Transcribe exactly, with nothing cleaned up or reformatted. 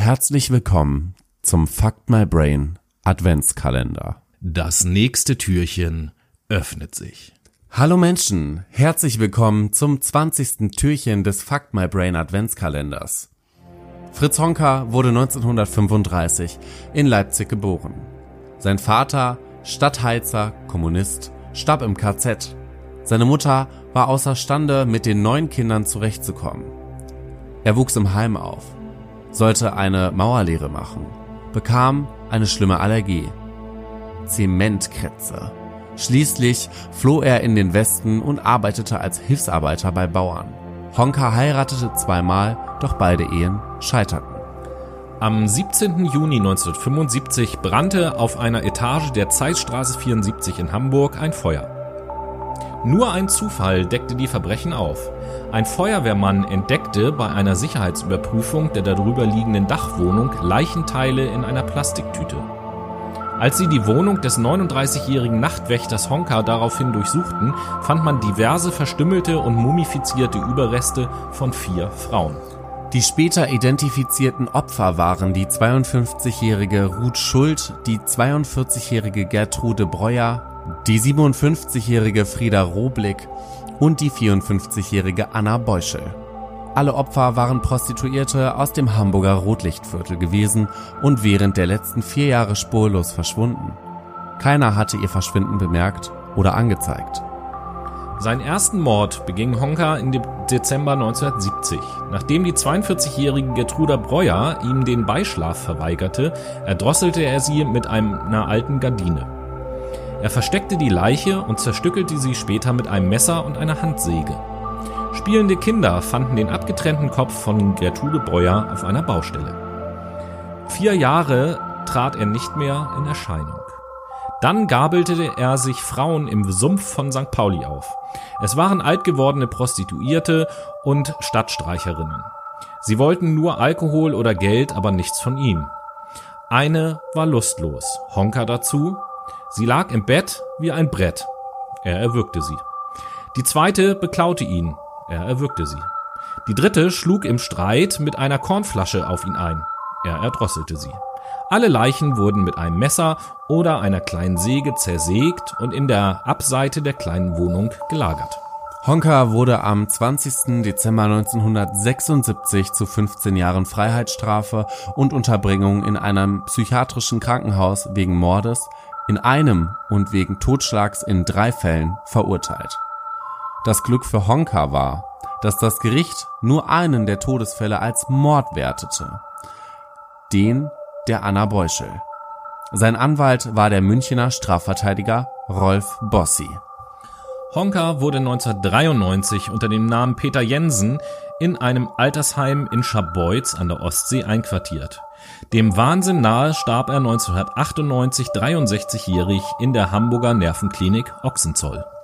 Herzlich willkommen zum Fuck My Brain Adventskalender. Das nächste Türchen öffnet sich. Hallo Menschen, herzlich willkommen zum zwanzigsten Türchen des Fuck My Brain Adventskalenders. Fritz Honka wurde neunzehnhundertfünfunddreißig in Leipzig geboren. Sein Vater, Stadtheizer, Kommunist, starb im K Z. Seine Mutter war außerstande, mit den neun Kindern zurechtzukommen. Er wuchs im Heim auf, sollte eine Maurerlehre machen, bekam eine schlimme Allergie. Zementkretze. Schließlich floh er in den Westen und arbeitete als Hilfsarbeiter bei Bauern. Honka heiratete zweimal, doch beide Ehen scheiterten. Am siebzehnten Juni neunzehnhundertfünfundsiebzig brannte auf einer Etage der Zeitstraße vierundsiebzig in Hamburg ein Feuer. Nur ein Zufall deckte die Verbrechen auf. Ein Feuerwehrmann entdeckte bei einer Sicherheitsüberprüfung der darüber liegenden Dachwohnung Leichenteile in einer Plastiktüte. Als sie die Wohnung des neununddreißigjährigen Nachtwächters Honka daraufhin durchsuchten, fand man diverse verstümmelte und mumifizierte Überreste von vier Frauen. Die später identifizierten Opfer waren die zweiundfünfzigjährige Ruth Schuld, die zweiundvierzigjährige Gertrude Breuer, die siebenundfünfzigjährige Frieda Roblick und die vierundfünfzigjährige Anna Beuschel. Alle Opfer waren Prostituierte aus dem Hamburger Rotlichtviertel gewesen und während der letzten vier Jahre spurlos verschwunden. Keiner hatte ihr Verschwinden bemerkt oder angezeigt. Seinen ersten Mord beging Honka im Dezember neunzehnhundertsiebzig. Nachdem die zweiundvierzigjährige Gertrude Breuer ihm den Beischlaf verweigerte, erdrosselte er sie mit einer alten Gardine. Er versteckte die Leiche und zerstückelte sie später mit einem Messer und einer Handsäge. Spielende Kinder fanden den abgetrennten Kopf von Gertrude Breuer auf einer Baustelle. Vier Jahre trat er nicht mehr in Erscheinung. Dann gabelte er sich Frauen im Sumpf von Sankt Pauli auf. Es waren altgewordene Prostituierte und Stadtstreicherinnen. Sie wollten nur Alkohol oder Geld, aber nichts von ihm. Eine war lustlos, Honka dazu. Sie lag im Bett wie ein Brett. Er erwürgte sie. Die zweite beklaute ihn. Er erwürgte sie. Die dritte schlug im Streit mit einer Kornflasche auf ihn ein. Er erdrosselte sie. Alle Leichen wurden mit einem Messer oder einer kleinen Säge zersägt und in der Abseite der kleinen Wohnung gelagert. Honka wurde am zwanzigsten Dezember neunzehnhundertsechsundsiebzig zu fünfzehn Jahren Freiheitsstrafe und Unterbringung in einem psychiatrischen Krankenhaus wegen Mordes in einem und wegen Totschlags in drei Fällen verurteilt. Das Glück für Honka war, dass das Gericht nur einen der Todesfälle als Mord wertete. Den der Anna Beuschel. Sein Anwalt war der Münchener Strafverteidiger Rolf Bossi. Honka wurde neunzehnhundertdreiundneunzig unter dem Namen Peter Jensen in einem Altersheim in Scharbeutz an der Ostsee einquartiert. Dem Wahnsinn nahe starb er neunzehnhundertachtundneunzig dreiundsechzigjährig in der Hamburger Nervenklinik Ochsenzoll.